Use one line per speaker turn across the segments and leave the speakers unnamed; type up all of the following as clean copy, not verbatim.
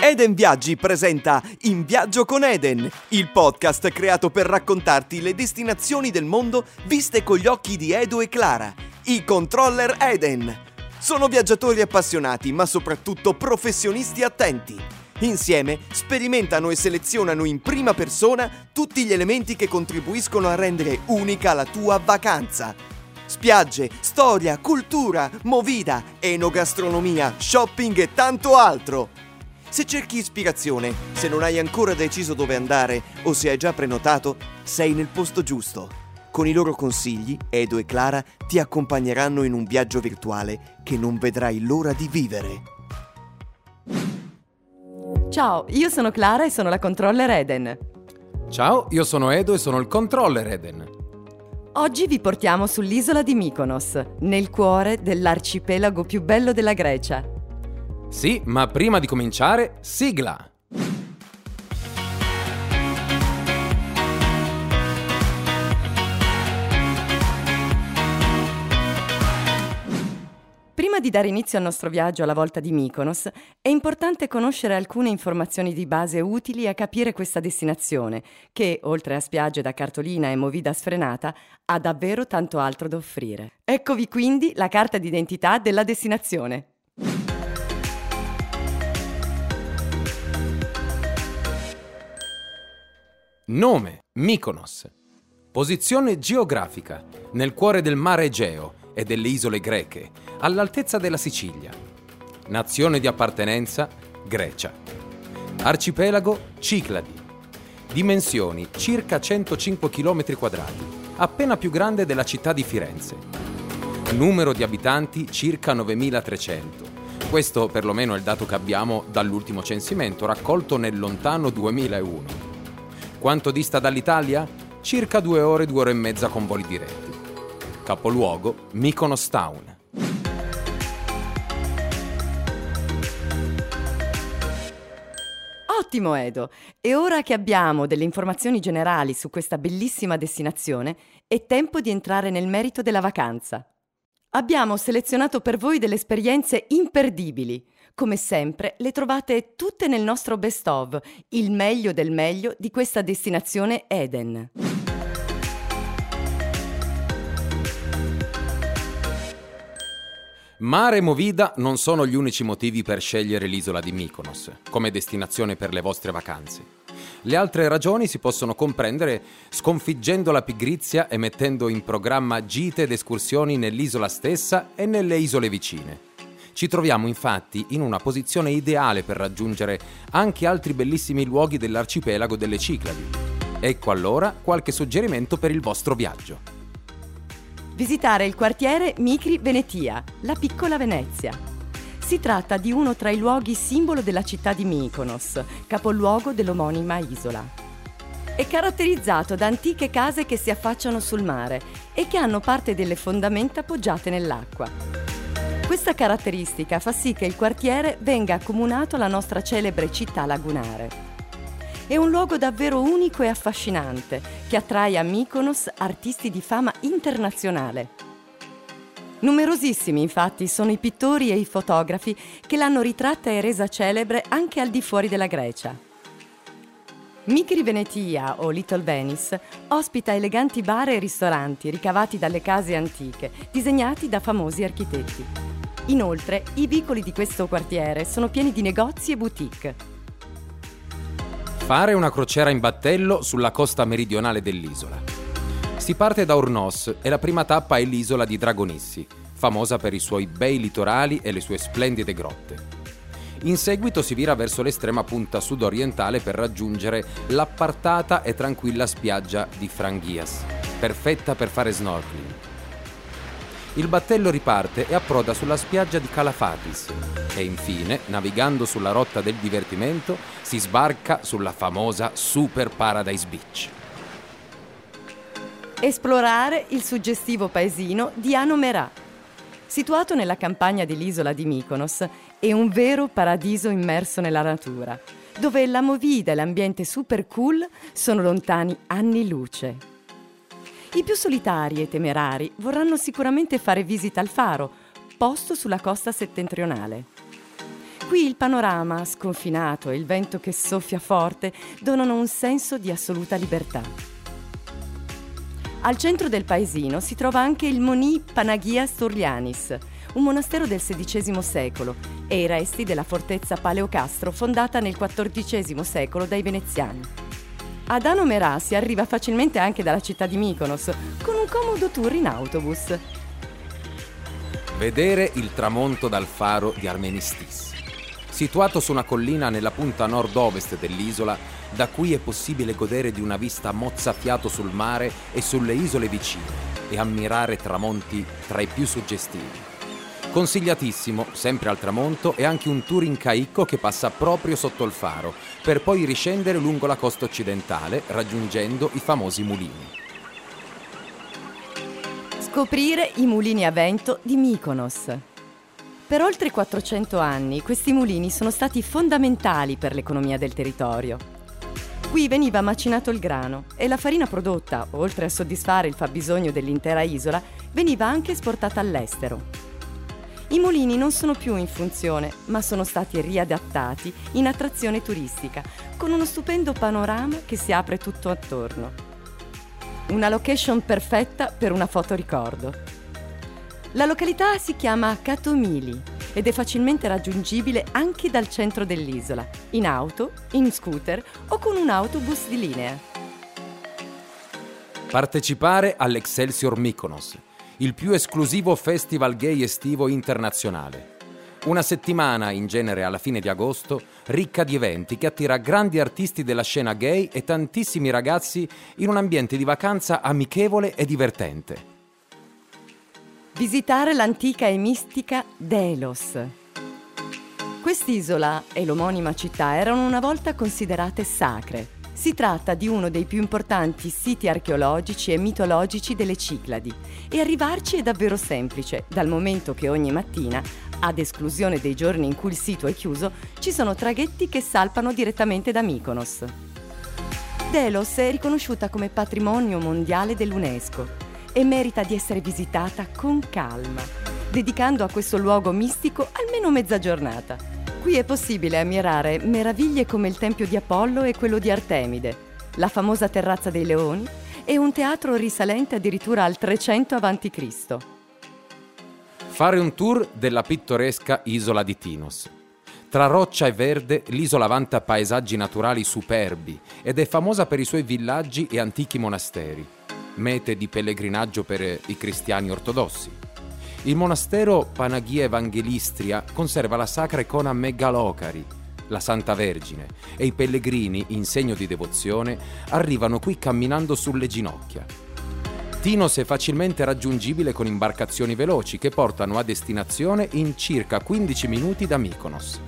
Eden Viaggi presenta In Viaggio con Eden, il podcast creato per raccontarti le destinazioni del mondo viste con gli occhi di Edo e Clara, i controller Eden. Sono viaggiatori appassionati, ma soprattutto professionisti attenti. Insieme sperimentano e selezionano in prima persona tutti gli elementi che contribuiscono a rendere unica la tua vacanza. Spiagge, storia, cultura, movida, enogastronomia, shopping e tanto altro. Se cerchi ispirazione, se non hai ancora deciso dove andare o se hai già prenotato, sei nel posto giusto. Con i loro consigli, Edo e Clara ti accompagneranno in un viaggio virtuale che non vedrai l'ora di vivere.
Ciao, io sono Clara e sono la controller Eden.
Ciao, io sono Edo e sono il controller Eden.
Oggi vi portiamo sull'isola di Mykonos, nel cuore dell'arcipelago più bello della Grecia.
Sì, ma prima di cominciare, sigla!
Prima di dare inizio al nostro viaggio alla volta di Mykonos, è importante conoscere alcune informazioni di base utili a capire questa destinazione, che, oltre a spiagge da cartolina e movida sfrenata, ha davvero tanto altro da offrire. Eccovi quindi la carta d'identità della destinazione.
Nome: Mykonos. Posizione geografica: nel cuore del mare Egeo e delle isole greche, all'altezza della Sicilia. Nazione di appartenenza: Grecia. Arcipelago: Cicladi. Dimensioni: circa 105 km², appena più grande della città di Firenze. Numero di abitanti: circa 9.300. Questo perlomeno è il dato che abbiamo dall'ultimo censimento, raccolto nel lontano 2001. Quanto dista dall'Italia? Circa 2 ore, 2 ore e mezza con voli diretti. Capoluogo: Mykonos Town.
Ottimo Edo! E ora che abbiamo delle informazioni generali su questa bellissima destinazione, è tempo di entrare nel merito della vacanza. Abbiamo selezionato per voi delle esperienze imperdibili. Come sempre, le trovate tutte nel nostro best of, il meglio del meglio di questa destinazione Eden.
Mare e movida non sono gli unici motivi per scegliere l'isola di Mykonos come destinazione per le vostre vacanze. Le altre ragioni si possono comprendere sconfiggendo la pigrizia e mettendo in programma gite ed escursioni nell'isola stessa e nelle isole vicine. Ci troviamo infatti in una posizione ideale per raggiungere anche altri bellissimi luoghi dell'arcipelago delle Cicladi. Ecco allora qualche suggerimento per il vostro viaggio.
Visitare il quartiere Mikri Venetia, la piccola Venezia. Si tratta di uno tra i luoghi simbolo della città di Mykonos, capoluogo dell'omonima isola. È caratterizzato da antiche case che si affacciano sul mare e che hanno parte delle fondamenta poggiate nell'acqua. Questa caratteristica fa sì che il quartiere venga accomunato alla nostra celebre città lagunare. È un luogo davvero unico e affascinante che attrae a Mykonos artisti di fama internazionale. Numerosissimi infatti sono i pittori e i fotografi che l'hanno ritratta e resa celebre anche al di fuori della Grecia. Mikri Venetia o Little Venice ospita eleganti bar e ristoranti ricavati dalle case antiche, disegnati da famosi architetti. Inoltre, i vicoli di questo quartiere sono pieni di negozi e boutique.
Fare una crociera in battello sulla costa meridionale dell'isola. Si parte da Ornos e la prima tappa è l'isola di Dragonissi, famosa per i suoi bei litorali e le sue splendide grotte. In seguito si vira verso l'estrema punta sud-orientale per raggiungere l'appartata e tranquilla spiaggia di Franghias, perfetta per fare snorkeling. Il battello riparte e approda sulla spiaggia di Kalafatis e infine, navigando sulla rotta del divertimento, si sbarca sulla famosa Super Paradise Beach.
Esplorare il suggestivo paesino di Anomera. Situato nella campagna dell'isola di Mykonos, è un vero paradiso immerso nella natura, dove la movida e l'ambiente super cool sono lontani anni luce. I più solitari e temerari vorranno sicuramente fare visita al faro, posto sulla costa settentrionale. Qui il panorama sconfinato e il vento che soffia forte donano un senso di assoluta libertà. Al centro del paesino si trova anche il Moni Panagia Sturlianis, un monastero del XVI secolo, e i resti della fortezza Paleocastro fondata nel XIV secolo dai veneziani. Ad Anomerà si arriva facilmente anche dalla città di Mykonos, con un comodo tour in autobus.
Vedere il tramonto dal faro di Armenistis. Situato su una collina nella punta nord-ovest dell'isola, da cui è possibile godere di una vista mozzafiato sul mare e sulle isole vicine e ammirare tramonti tra i più suggestivi. Consigliatissimo, sempre al tramonto, è anche un tour in caicco che passa proprio sotto il faro, per poi riscendere lungo la costa occidentale, raggiungendo i famosi mulini.
Scoprire i mulini a vento di Mykonos. Per oltre 400 anni questi mulini sono stati fondamentali per l'economia del territorio. Qui veniva macinato il grano e la farina prodotta, oltre a soddisfare il fabbisogno dell'intera isola, veniva anche esportata all'estero. I mulini non sono più in funzione, ma sono stati riadattati in attrazione turistica, con uno stupendo panorama che si apre tutto attorno. Una location perfetta per una fotoricordo. La località si chiama Katomili ed è facilmente raggiungibile anche dal centro dell'isola, in auto, in scooter o con un autobus di linea.
Partecipare all'Excelsior Mykonos, il più esclusivo festival gay estivo internazionale. Una settimana, in genere alla fine di agosto, ricca di eventi che attira grandi artisti della scena gay e tantissimi ragazzi in un ambiente di vacanza amichevole e divertente.
Visitare l'antica e mistica Delos. Quest'isola e l'omonima città erano una volta considerate sacre. Si tratta di uno dei più importanti siti archeologici e mitologici delle Cicladi e arrivarci è davvero semplice, dal momento che ogni mattina, ad esclusione dei giorni in cui il sito è chiuso, ci sono traghetti che salpano direttamente da Mykonos. Delos è riconosciuta come patrimonio mondiale dell'UNESCO e merita di essere visitata con calma, dedicando a questo luogo mistico almeno mezza giornata. Qui è possibile ammirare meraviglie come il Tempio di Apollo e quello di Artemide, la famosa Terrazza dei Leoni e un teatro risalente addirittura al 300 a.C.
Fare un tour della pittoresca isola di Tinos. Tra roccia e verde, l'isola vanta paesaggi naturali superbi ed è famosa per i suoi villaggi e antichi monasteri, mete di pellegrinaggio per i cristiani ortodossi. Il monastero Panagia Evangelistria conserva la sacra icona Megalokari, la Santa Vergine, e i pellegrini, in segno di devozione, arrivano qui camminando sulle ginocchia. Tinos è facilmente raggiungibile con imbarcazioni veloci che portano a destinazione in circa 15 minuti da Mykonos.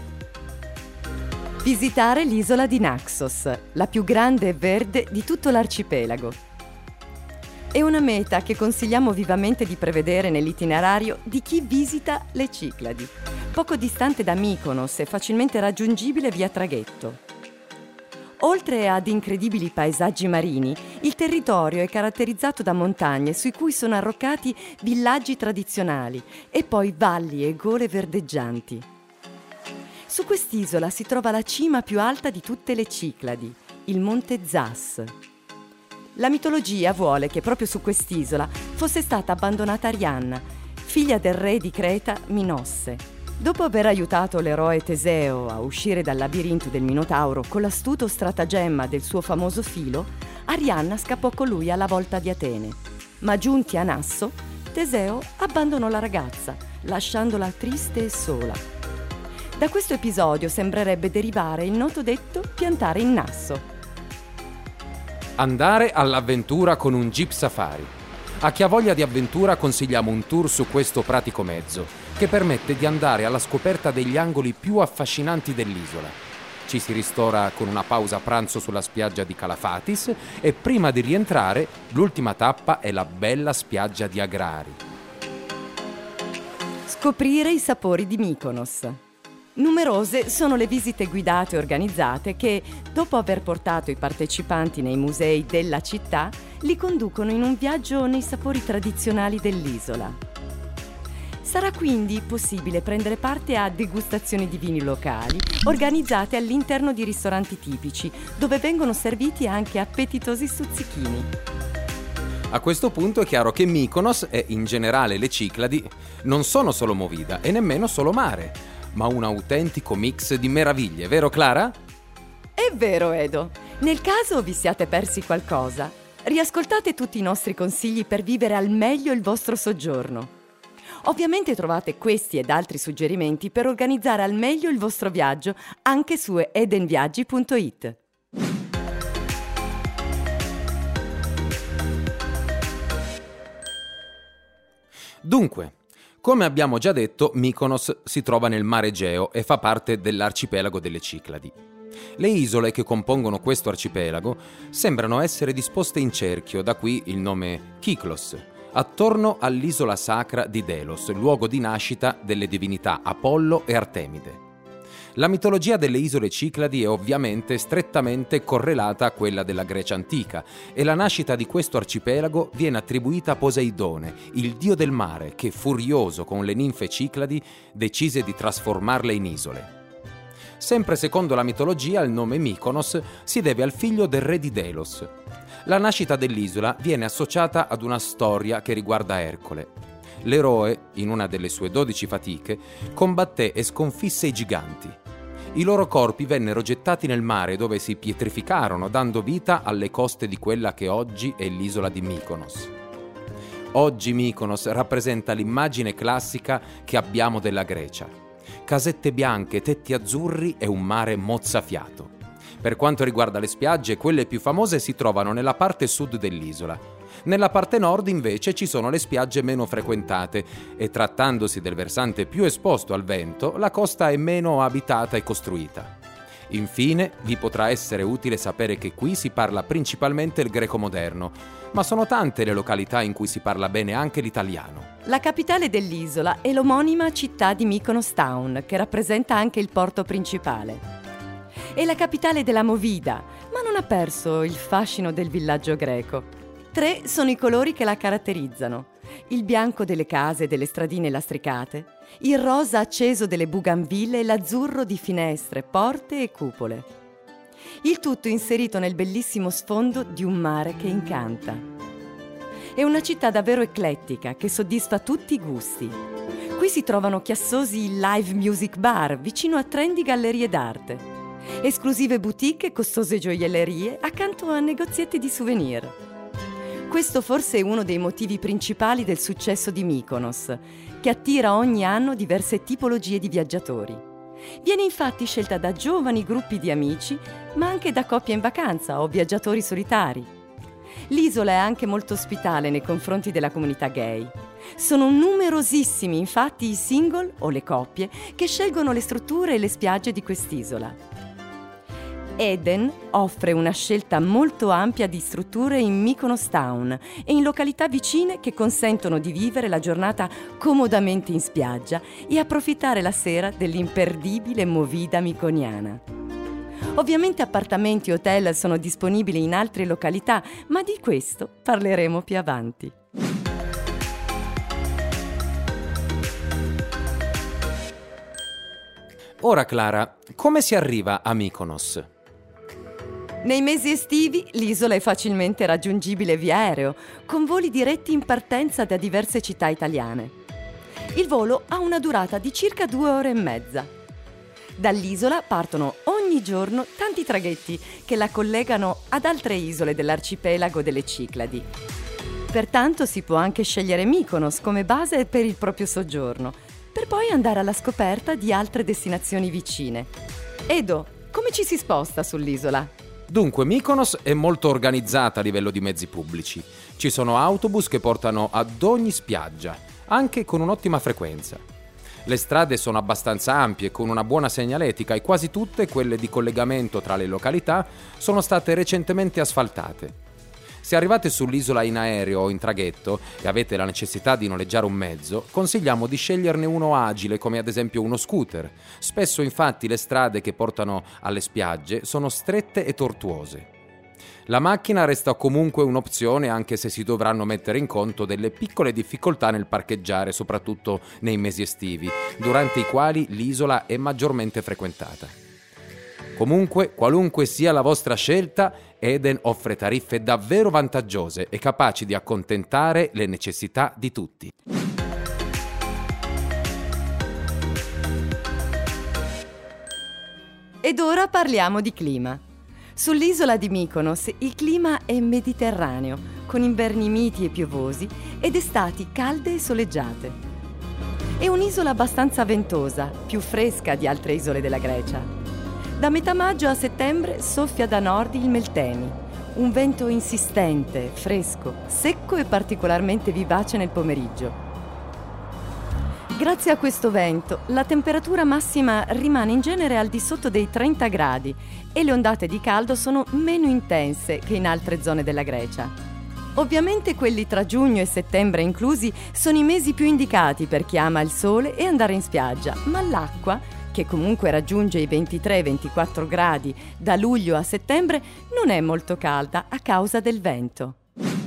Visitare l'isola di Naxos, la più grande e verde di tutto l'arcipelago. È una meta che consigliamo vivamente di prevedere nell'itinerario di chi visita le Cicladi, poco distante da Mykonos e facilmente raggiungibile via traghetto. Oltre ad incredibili paesaggi marini, il territorio è caratterizzato da montagne su cui sono arroccati villaggi tradizionali e poi valli e gole verdeggianti. Su quest'isola si trova la cima più alta di tutte le Cicladi, il Monte Zas. La mitologia vuole che proprio su quest'isola fosse stata abbandonata Arianna, figlia del re di Creta Minosse. Dopo aver aiutato l'eroe Teseo a uscire dal labirinto del Minotauro con l'astuto stratagemma del suo famoso filo, Arianna scappò con lui alla volta di Atene. Ma giunti a Nasso, Teseo abbandonò la ragazza, lasciandola triste e sola. Da questo episodio sembrerebbe derivare il noto detto piantare in Nasso.
Andare all'avventura con un jeep safari. A chi ha voglia di avventura consigliamo un tour su questo pratico mezzo, che permette di andare alla scoperta degli angoli più affascinanti dell'isola. Ci si ristora con una pausa pranzo sulla spiaggia di Kalafatis e prima di rientrare, l'ultima tappa è la bella spiaggia di Agrari.
Scoprire i sapori di Mykonos. Numerose sono le visite guidate organizzate che, dopo aver portato i partecipanti nei musei della città, li conducono in un viaggio nei sapori tradizionali dell'isola. Sarà quindi possibile prendere parte a degustazioni di vini locali organizzate all'interno di ristoranti tipici, dove vengono serviti anche appetitosi stuzzichini.
A questo punto è chiaro che Mykonos e in generale le Cycladi non sono solo movida e nemmeno solo mare, ma un autentico mix di meraviglie, vero Clara?
È vero, Edo. Nel caso vi siate persi qualcosa, riascoltate tutti i nostri consigli per vivere al meglio il vostro soggiorno. Ovviamente trovate questi ed altri suggerimenti per organizzare al meglio il vostro viaggio anche su edenviaggi.it.
Dunque, come abbiamo già detto, Mykonos si trova nel Mare Egeo e fa parte dell'arcipelago delle Cycladi. Le isole che compongono questo arcipelago sembrano essere disposte in cerchio, da qui il nome Kyklos, attorno all'isola sacra di Delos, luogo di nascita delle divinità Apollo e Artemide. La mitologia delle isole Cycladi è ovviamente strettamente correlata a quella della Grecia antica e la nascita di questo arcipelago viene attribuita a Poseidone, il dio del mare che, furioso con le ninfe Cycladi, decise di trasformarle in isole. Sempre secondo la mitologia, il nome Mykonos si deve al figlio del re di Delos. La nascita dell'isola viene associata ad una storia che riguarda Ercole. L'eroe, in una delle sue 12 fatiche, combatté e sconfisse i giganti. I loro corpi vennero gettati nel mare, dove si pietrificarono, dando vita alle coste di quella che oggi è l'isola di Mykonos. Oggi Mykonos rappresenta l'immagine classica che abbiamo della Grecia. Casette bianche, tetti azzurri e un mare mozzafiato. Per quanto riguarda le spiagge, quelle più famose si trovano nella parte sud dell'isola. Nella parte nord invece ci sono le spiagge meno frequentate e, trattandosi del versante più esposto al vento, la costa è meno abitata e costruita. Infine, vi potrà essere utile sapere che qui si parla principalmente il greco moderno, ma sono tante le località in cui si parla bene anche l'italiano.
La capitale dell'isola è l'omonima città di Mykonos Town, che rappresenta anche il porto principale. È la capitale della movida, ma non ha perso il fascino del villaggio greco. 3 sono i colori che la caratterizzano: il bianco delle case e delle stradine lastricate, il rosa acceso delle bougainville e l'azzurro di finestre, porte e cupole. Il tutto inserito nel bellissimo sfondo di un mare che incanta. È una città davvero eclettica che soddisfa tutti i gusti. Qui si trovano chiassosi live music bar vicino a trendy gallerie d'arte, esclusive boutique e costose gioiellerie accanto a negozietti di souvenir. Questo forse è uno dei motivi principali del successo di Mykonos, che attira ogni anno diverse tipologie di viaggiatori. Viene infatti scelta da giovani gruppi di amici, ma anche da coppie in vacanza o viaggiatori solitari. L'isola è anche molto ospitale nei confronti della comunità gay. Sono numerosissimi infatti i single o le coppie che scelgono le strutture e le spiagge di quest'isola. Eden offre una scelta molto ampia di strutture in Mykonos Town e in località vicine che consentono di vivere la giornata comodamente in spiaggia e approfittare la sera dell'imperdibile movida miconiana. Ovviamente appartamenti e hotel sono disponibili in altre località, ma di questo parleremo più avanti.
Ora Clara, come si arriva a Mykonos?
Nei mesi estivi l'isola è facilmente raggiungibile via aereo, con voli diretti in partenza da diverse città italiane. Il volo ha una durata di circa 2 ore e mezza. Dall'isola partono ogni giorno tanti traghetti che la collegano ad altre isole dell'arcipelago delle Cycladi. Pertanto si può anche scegliere Mykonos come base per il proprio soggiorno, per poi andare alla scoperta di altre destinazioni vicine. Edo, come ci si sposta sull'isola?
Dunque, Mykonos è molto organizzata a livello di mezzi pubblici. Ci sono autobus che portano ad ogni spiaggia, anche con un'ottima frequenza. Le strade sono abbastanza ampie, con una buona segnaletica, e quasi tutte quelle di collegamento tra le località sono state recentemente asfaltate. Se arrivate sull'isola in aereo o in traghetto e avete la necessità di noleggiare un mezzo, consigliamo di sceglierne uno agile, come ad esempio uno scooter. Spesso infatti le strade che portano alle spiagge sono strette e tortuose. La macchina resta comunque un'opzione, anche se si dovranno mettere in conto delle piccole difficoltà nel parcheggiare, soprattutto nei mesi estivi, durante i quali l'isola è maggiormente frequentata. Comunque, qualunque sia la vostra scelta, Eden offre tariffe davvero vantaggiose e capaci di accontentare le necessità di tutti.
Ed ora parliamo di clima. Sull'isola di Mykonos il clima è mediterraneo, con inverni miti e piovosi ed estati calde e soleggiate. È un'isola abbastanza ventosa, più fresca di altre isole della Grecia. Da metà maggio a settembre soffia da nord il Meltemi, un vento insistente, fresco, secco e particolarmente vivace nel pomeriggio. Grazie a questo vento, la temperatura massima rimane in genere al di sotto dei 30 gradi e le ondate di caldo sono meno intense che in altre zone della Grecia. Ovviamente quelli tra giugno e settembre inclusi sono i mesi più indicati per chi ama il sole e andare in spiaggia, ma l'acqua, che comunque raggiunge i 23-24 gradi da luglio a settembre, non è molto calda a causa del vento.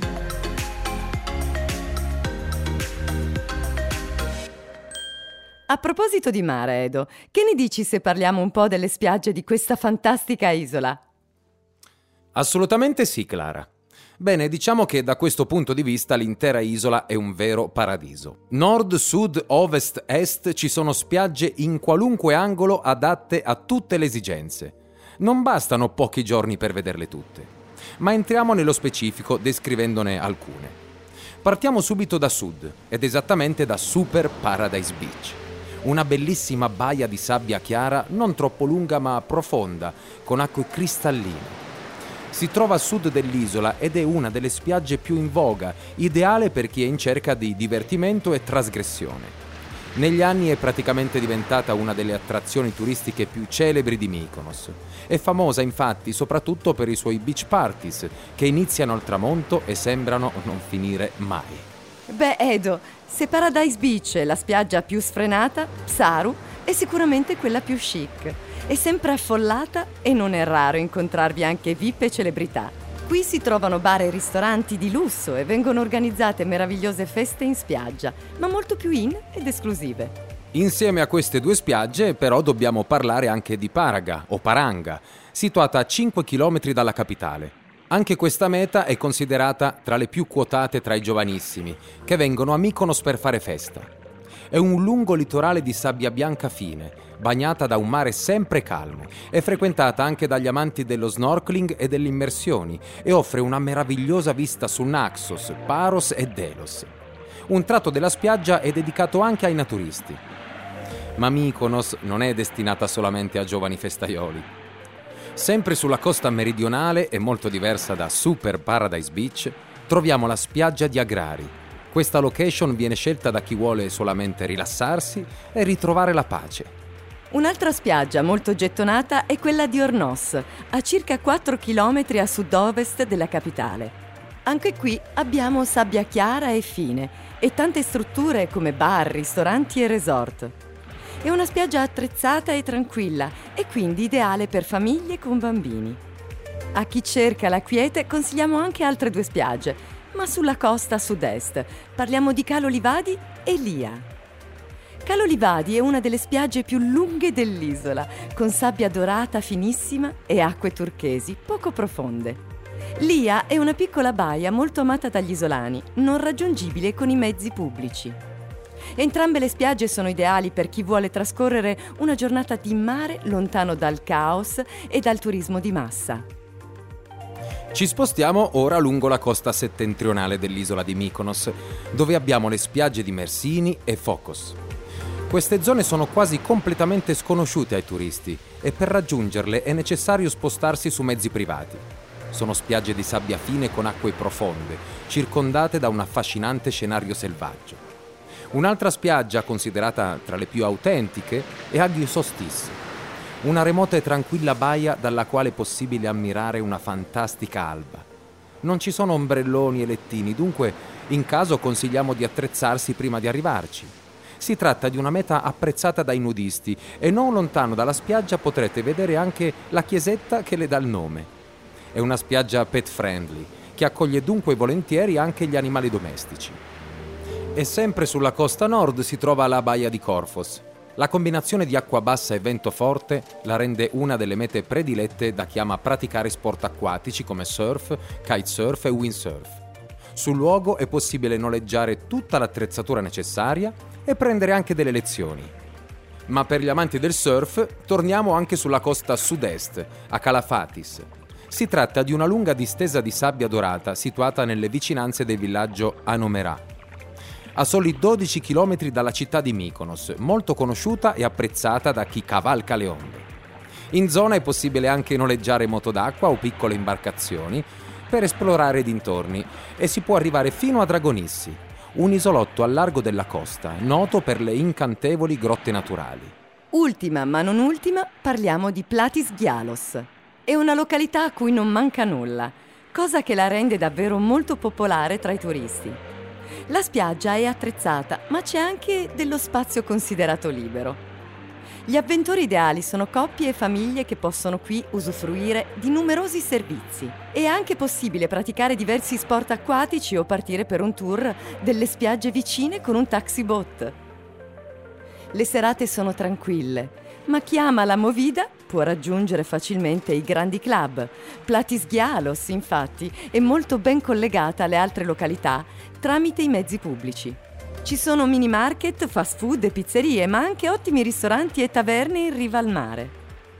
A proposito di mare, Edo, che ne dici se parliamo un po' delle spiagge di questa fantastica isola?
Assolutamente sì, Clara. Bene, diciamo che da questo punto di vista l'intera isola è un vero paradiso. Nord, sud, ovest, est ci sono spiagge in qualunque angolo adatte a tutte le esigenze. Non bastano pochi giorni per vederle tutte. Ma entriamo nello specifico descrivendone alcune. Partiamo subito da sud, ed esattamente da Super Paradise Beach. Una bellissima baia di sabbia chiara, non troppo lunga ma profonda, con acque cristalline. Si trova a sud dell'isola ed è una delle spiagge più in voga, ideale per chi è in cerca di divertimento e trasgressione. Negli anni è praticamente diventata una delle attrazioni turistiche più celebri di Mykonos. È famosa infatti soprattutto per i suoi beach parties, che iniziano al tramonto e sembrano non finire mai.
Beh, Edo, se Paradise Beach è la spiaggia più sfrenata, Psaru è sicuramente quella più chic. È sempre affollata e non è raro incontrarvi anche VIP e celebrità. Qui si trovano bar e ristoranti di lusso e vengono organizzate meravigliose feste in spiaggia, ma molto più in ed esclusive.
Insieme a queste due spiagge però dobbiamo parlare anche di Paraga o Paranga, situata a 5 km dalla capitale. Anche questa meta è considerata tra le più quotate tra i giovanissimi, che vengono a Mykonos per fare festa. È un lungo litorale di sabbia bianca fine, bagnata da un mare sempre calmo, è frequentata anche dagli amanti dello snorkeling e delle immersioni e offre una meravigliosa vista su Naxos, Paros e Delos. Un tratto della spiaggia è dedicato anche ai naturisti. Ma Mykonos non è destinata solamente a giovani festaioli. Sempre sulla costa meridionale e molto diversa da Super Paradise Beach, troviamo la spiaggia di Agrari. Questa location viene scelta da chi vuole solamente rilassarsi e ritrovare la pace.
Un'altra spiaggia molto gettonata è quella di Ornos, a circa 4 km a sud-ovest della capitale. Anche qui abbiamo sabbia chiara e fine e tante strutture come bar, ristoranti e resort. È una spiaggia attrezzata e tranquilla e quindi ideale per famiglie con bambini. A chi cerca la quiete consigliamo anche altre due spiagge, ma sulla costa sud-est. Parliamo di Calo Livadi e Lia. Calo Livadi è una delle spiagge più lunghe dell'isola, con sabbia dorata finissima e acque turchesi poco profonde. Lia è una piccola baia molto amata dagli isolani, non raggiungibile con i mezzi pubblici. Entrambe le spiagge sono ideali per chi vuole trascorrere una giornata di mare lontano dal caos e dal turismo di massa.
Ci spostiamo ora lungo la costa settentrionale dell'isola di Mykonos, dove abbiamo le spiagge di Mersini e Fokos. Queste zone sono quasi completamente sconosciute ai turisti e per raggiungerle è necessario spostarsi su mezzi privati. Sono spiagge di sabbia fine con acque profonde, circondate da un affascinante scenario selvaggio. Un'altra spiaggia considerata tra le più autentiche è Agiosostis, una remota e tranquilla baia dalla quale è possibile ammirare una fantastica alba. Non ci sono ombrelloni e lettini, dunque in caso consigliamo di attrezzarsi prima di arrivarci. Si tratta di una meta apprezzata dai nudisti e non lontano dalla spiaggia potrete vedere anche la chiesetta che le dà il nome. È una spiaggia pet friendly, che accoglie dunque volentieri anche gli animali domestici. E sempre sulla costa nord si trova la baia di Corfos. La combinazione di acqua bassa e vento forte la rende una delle mete predilette da chi ama praticare sport acquatici come surf, kitesurf e windsurf. Sul luogo è possibile noleggiare tutta l'attrezzatura necessaria e prendere anche delle lezioni. Ma per gli amanti del surf torniamo anche sulla costa sud-est, a Kalafatis. Si tratta di una lunga distesa di sabbia dorata situata nelle vicinanze del villaggio Anomerà, a soli 12 km dalla città di Mykonos, molto conosciuta e apprezzata da chi cavalca le onde. In zona è possibile anche noleggiare moto d'acqua o piccole imbarcazioni per esplorare i dintorni e si può arrivare fino a Dragonissi, un isolotto al largo della costa, noto per le incantevoli grotte naturali.
Ultima ma non ultima, parliamo di Platis Gialos. È una località a cui non manca nulla, cosa che la rende davvero molto popolare tra i turisti. La spiaggia è attrezzata, ma c'è anche dello spazio considerato libero. Gli avventori ideali sono coppie e famiglie che possono qui usufruire di numerosi servizi. È anche possibile praticare diversi sport acquatici o partire per un tour delle spiagge vicine con un taxi boat. Le serate sono tranquille, ma chi ama la movida può raggiungere facilmente i grandi club. Platis Gialos, infatti, è molto ben collegata alle altre località tramite i mezzi pubblici. Ci sono mini market, fast food e pizzerie, ma anche ottimi ristoranti e taverne in riva al mare.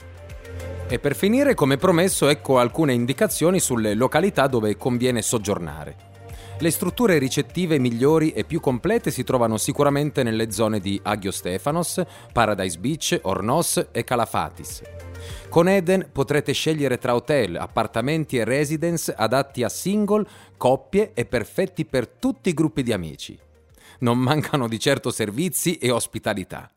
E per finire, come promesso, ecco alcune indicazioni sulle località dove conviene soggiornare. Le strutture ricettive migliori e più complete si trovano sicuramente nelle zone di Agiostefanos, Paradise Beach, Ornos e Kalafatis. Con Eden potrete scegliere tra hotel, appartamenti e residence adatti a single, coppie e perfetti per tutti i gruppi di amici. Non mancano di certo servizi e ospitalità.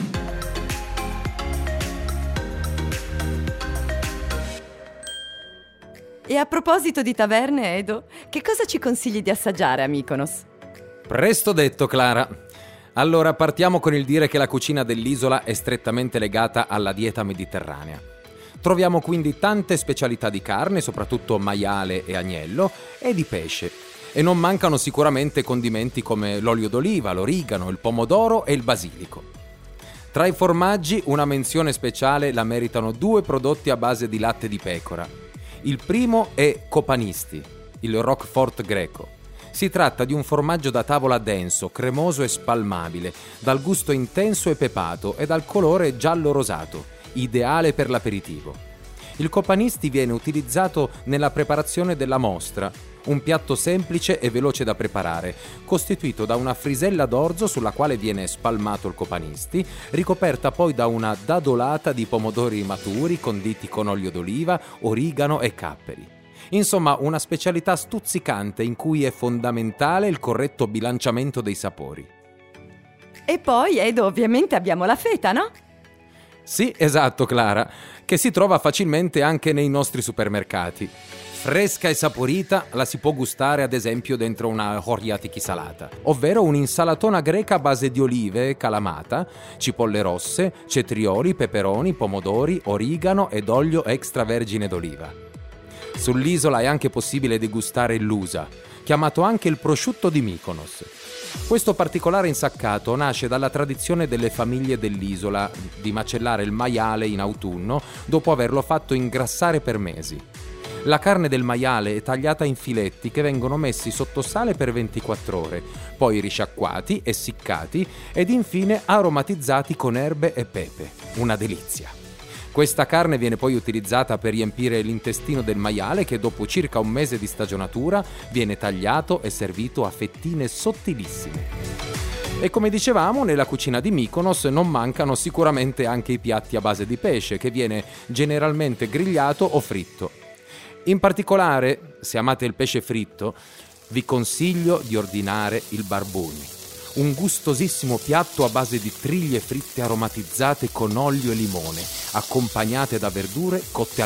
E a proposito di taverne, Edo, che cosa ci consigli di assaggiare a Mykonos?
Presto detto, Clara. Allora partiamo con il dire che la cucina dell'isola è strettamente legata alla dieta mediterranea. Troviamo quindi tante specialità di carne, soprattutto maiale e agnello, e di pesce. E non mancano sicuramente condimenti come l'olio d'oliva, l'origano, il pomodoro e il basilico. Tra i formaggi una menzione speciale la meritano 2 prodotti a base di latte di pecora. Il primo è Kopanisti, il Roquefort greco. Si tratta di un formaggio da tavola denso, cremoso e spalmabile, dal gusto intenso e pepato e dal colore giallo-rosato, ideale per l'aperitivo. Il Kopanisti viene utilizzato nella preparazione della mostra, un piatto semplice e veloce da preparare, costituito da una frisella d'orzo sulla quale viene spalmato il Kopanisti, ricoperta poi da una dadolata di pomodori maturi conditi con olio d'oliva, origano e capperi. Insomma, una specialità stuzzicante in cui è fondamentale il corretto bilanciamento dei sapori.
E poi, Edo, ovviamente abbiamo la feta, no?
Sì, esatto, Clara, che si trova facilmente anche nei nostri supermercati. Fresca e saporita la si può gustare ad esempio dentro una horiatiki salata, ovvero un'insalatona greca a base di olive, calamata, cipolle rosse, cetrioli, peperoni, pomodori, origano ed olio extravergine d'oliva. Sull'isola è anche possibile degustare il lusa, chiamato anche il prosciutto di Mykonos. Questo particolare insaccato nasce dalla tradizione delle famiglie dell'isola di macellare il maiale in autunno dopo averlo fatto ingrassare per mesi. La carne del maiale è tagliata in filetti che vengono messi sotto sale per 24 ore, poi risciacquati, essiccati ed infine aromatizzati con erbe e pepe. Una delizia. Questa carne viene poi utilizzata per riempire l'intestino del maiale che dopo circa un mese di stagionatura viene tagliato e servito a fettine sottilissime. E come dicevamo, nella cucina di Mykonos non mancano sicuramente anche i piatti a base di pesce, che viene generalmente grigliato o fritto. In particolare, se amate il pesce fritto, vi consiglio di ordinare il barbuni, un gustosissimo piatto a base di triglie fritte aromatizzate con olio e limone, accompagnate da verdure cotte al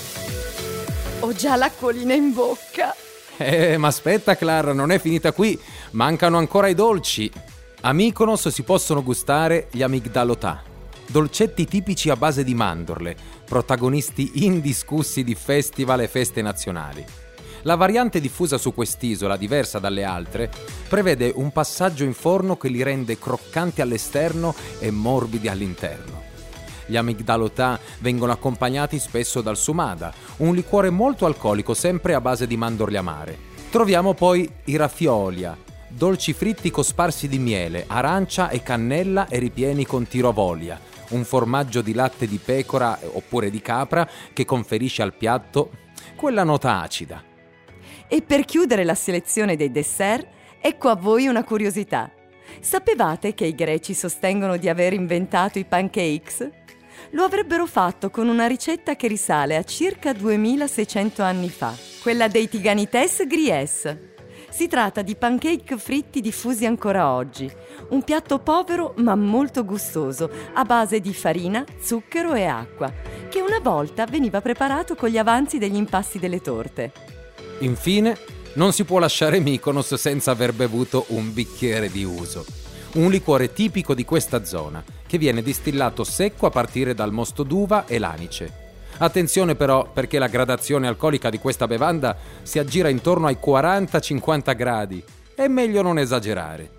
vapore.
Ho già l'acquolina in bocca.
Ma aspetta, Clara, non è finita qui, mancano ancora i dolci. A Mykonos si possono gustare gli amigdalotà, dolcetti tipici a base di mandorle, protagonisti indiscussi di festival e feste nazionali. La variante diffusa su quest'isola, diversa dalle altre, prevede un passaggio in forno che li rende croccanti all'esterno e morbidi all'interno. Gli amigdalotà vengono accompagnati spesso dal sumada, un liquore molto alcolico sempre a base di mandorle amare. Troviamo poi i raffiolia, dolci fritti cosparsi di miele, arancia e cannella e ripieni con tirovolia, un formaggio di latte di pecora oppure di capra che conferisce al piatto quella nota acida.
E per chiudere la selezione dei dessert, ecco a voi una curiosità. Sapevate che i greci sostengono di aver inventato i pancakes? Lo avrebbero fatto con una ricetta che risale a circa 2600 anni fa, quella dei tiganites gries. Si tratta di pancake fritti diffusi ancora oggi, un piatto povero ma molto gustoso, a base di farina, zucchero e acqua, che una volta veniva preparato con gli avanzi degli impasti delle torte.
Infine, non si può lasciare Mykonos senza aver bevuto un bicchiere di uso, un liquore tipico di questa zona, che viene distillato secco a partire dal mosto d'uva e l'anice. Attenzione però, perché la gradazione alcolica di questa bevanda si aggira intorno ai 40-50 gradi. È meglio non esagerare.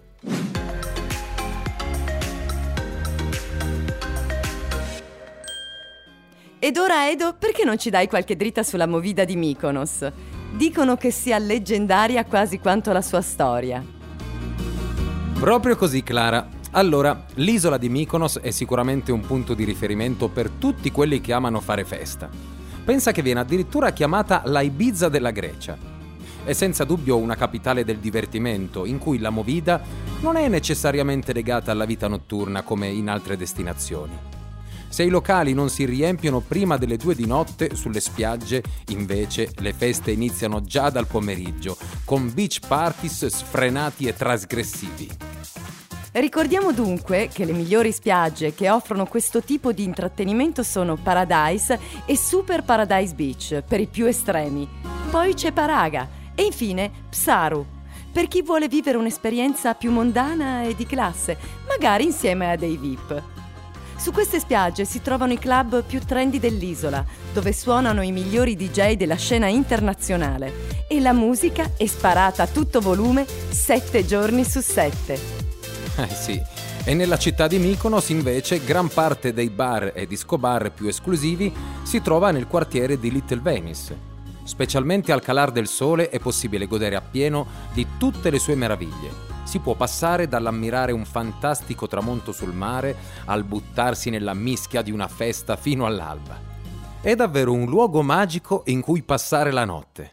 Ed ora, Edo, perché non ci dai qualche dritta sulla movida di Mykonos? Dicono che sia leggendaria quasi quanto la sua storia.
Proprio così, Clara. Allora, l'isola di Mykonos è sicuramente un punto di riferimento per tutti quelli che amano fare festa. Pensa che viene addirittura chiamata la Ibiza della Grecia. È senza dubbio una capitale del divertimento, in cui la movida non è necessariamente legata alla vita notturna come in altre destinazioni. Se i locali non si riempiono prima delle 2 di notte, sulle spiagge, invece, le feste iniziano già dal pomeriggio, con beach parties sfrenati e trasgressivi.
Ricordiamo dunque che le migliori spiagge che offrono questo tipo di intrattenimento sono Paradise e Super Paradise Beach, per i più estremi. Poi c'è Paraga e infine Psaru, per chi vuole vivere un'esperienza più mondana e di classe, magari insieme a dei VIP. Su queste spiagge si trovano i club più trendy dell'isola, dove suonano i migliori DJ della scena internazionale e la musica è sparata a tutto volume 7 giorni su 7.
Sì, e nella città di Mykonos invece gran parte dei bar e disco bar più esclusivi si trova nel quartiere di Little Venice. Specialmente al calar del sole è possibile godere appieno di tutte le sue meraviglie. Si può passare dall'ammirare un fantastico tramonto sul mare al buttarsi nella mischia di una festa fino all'alba. È davvero un luogo magico in cui passare la notte.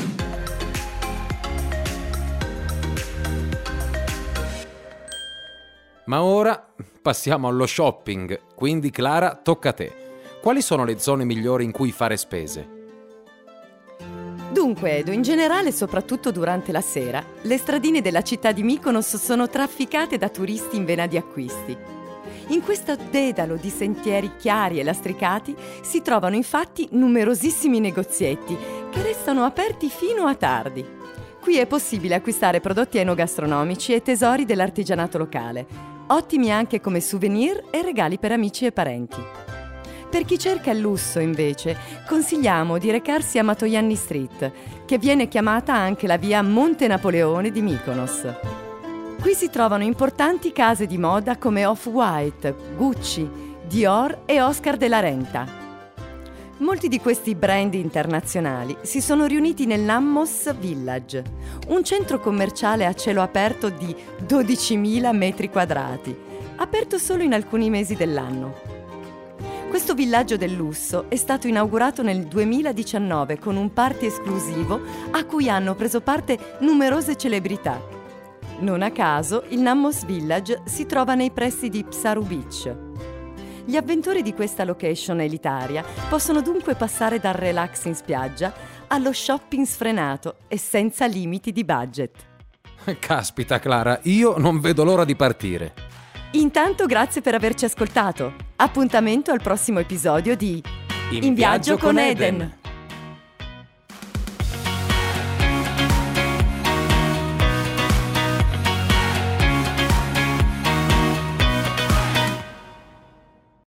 Ma ora passiamo allo shopping, quindi Clara, tocca a te. Quali sono le zone migliori in cui fare spese?
Dunque, Edo, in generale, soprattutto durante la sera, le stradine della città di Mykonos sono trafficate da turisti in vena di acquisti. In questo dedalo di sentieri chiari e lastricati si trovano infatti numerosissimi negozietti che restano aperti fino a tardi. Qui è possibile acquistare prodotti enogastronomici e tesori dell'artigianato locale, ottimi anche come souvenir e regali per amici e parenti. Per chi cerca il lusso, invece, consigliamo di recarsi a Matoyanni Street, che viene chiamata anche la via Monte Napoleone di Mykonos. Qui si trovano importanti case di moda come Off-White, Gucci, Dior e Oscar de la Renta. Molti di questi brand internazionali si sono riuniti nel Nammos Village, un centro commerciale a cielo aperto di 12.000 metri quadrati, aperto solo in alcuni mesi dell'anno. Questo villaggio del lusso è stato inaugurato nel 2019 con un party esclusivo a cui hanno preso parte numerose celebrità. Non a caso, il Nammos Village si trova nei pressi di Psaru Beach. Gli avventori di questa location elitaria possono dunque passare dal relax in spiaggia allo shopping sfrenato e senza limiti di budget.
Caspita, Clara, io non vedo l'ora di partire.
Intanto grazie per averci ascoltato. Appuntamento al prossimo episodio di In Viaggio con Eden.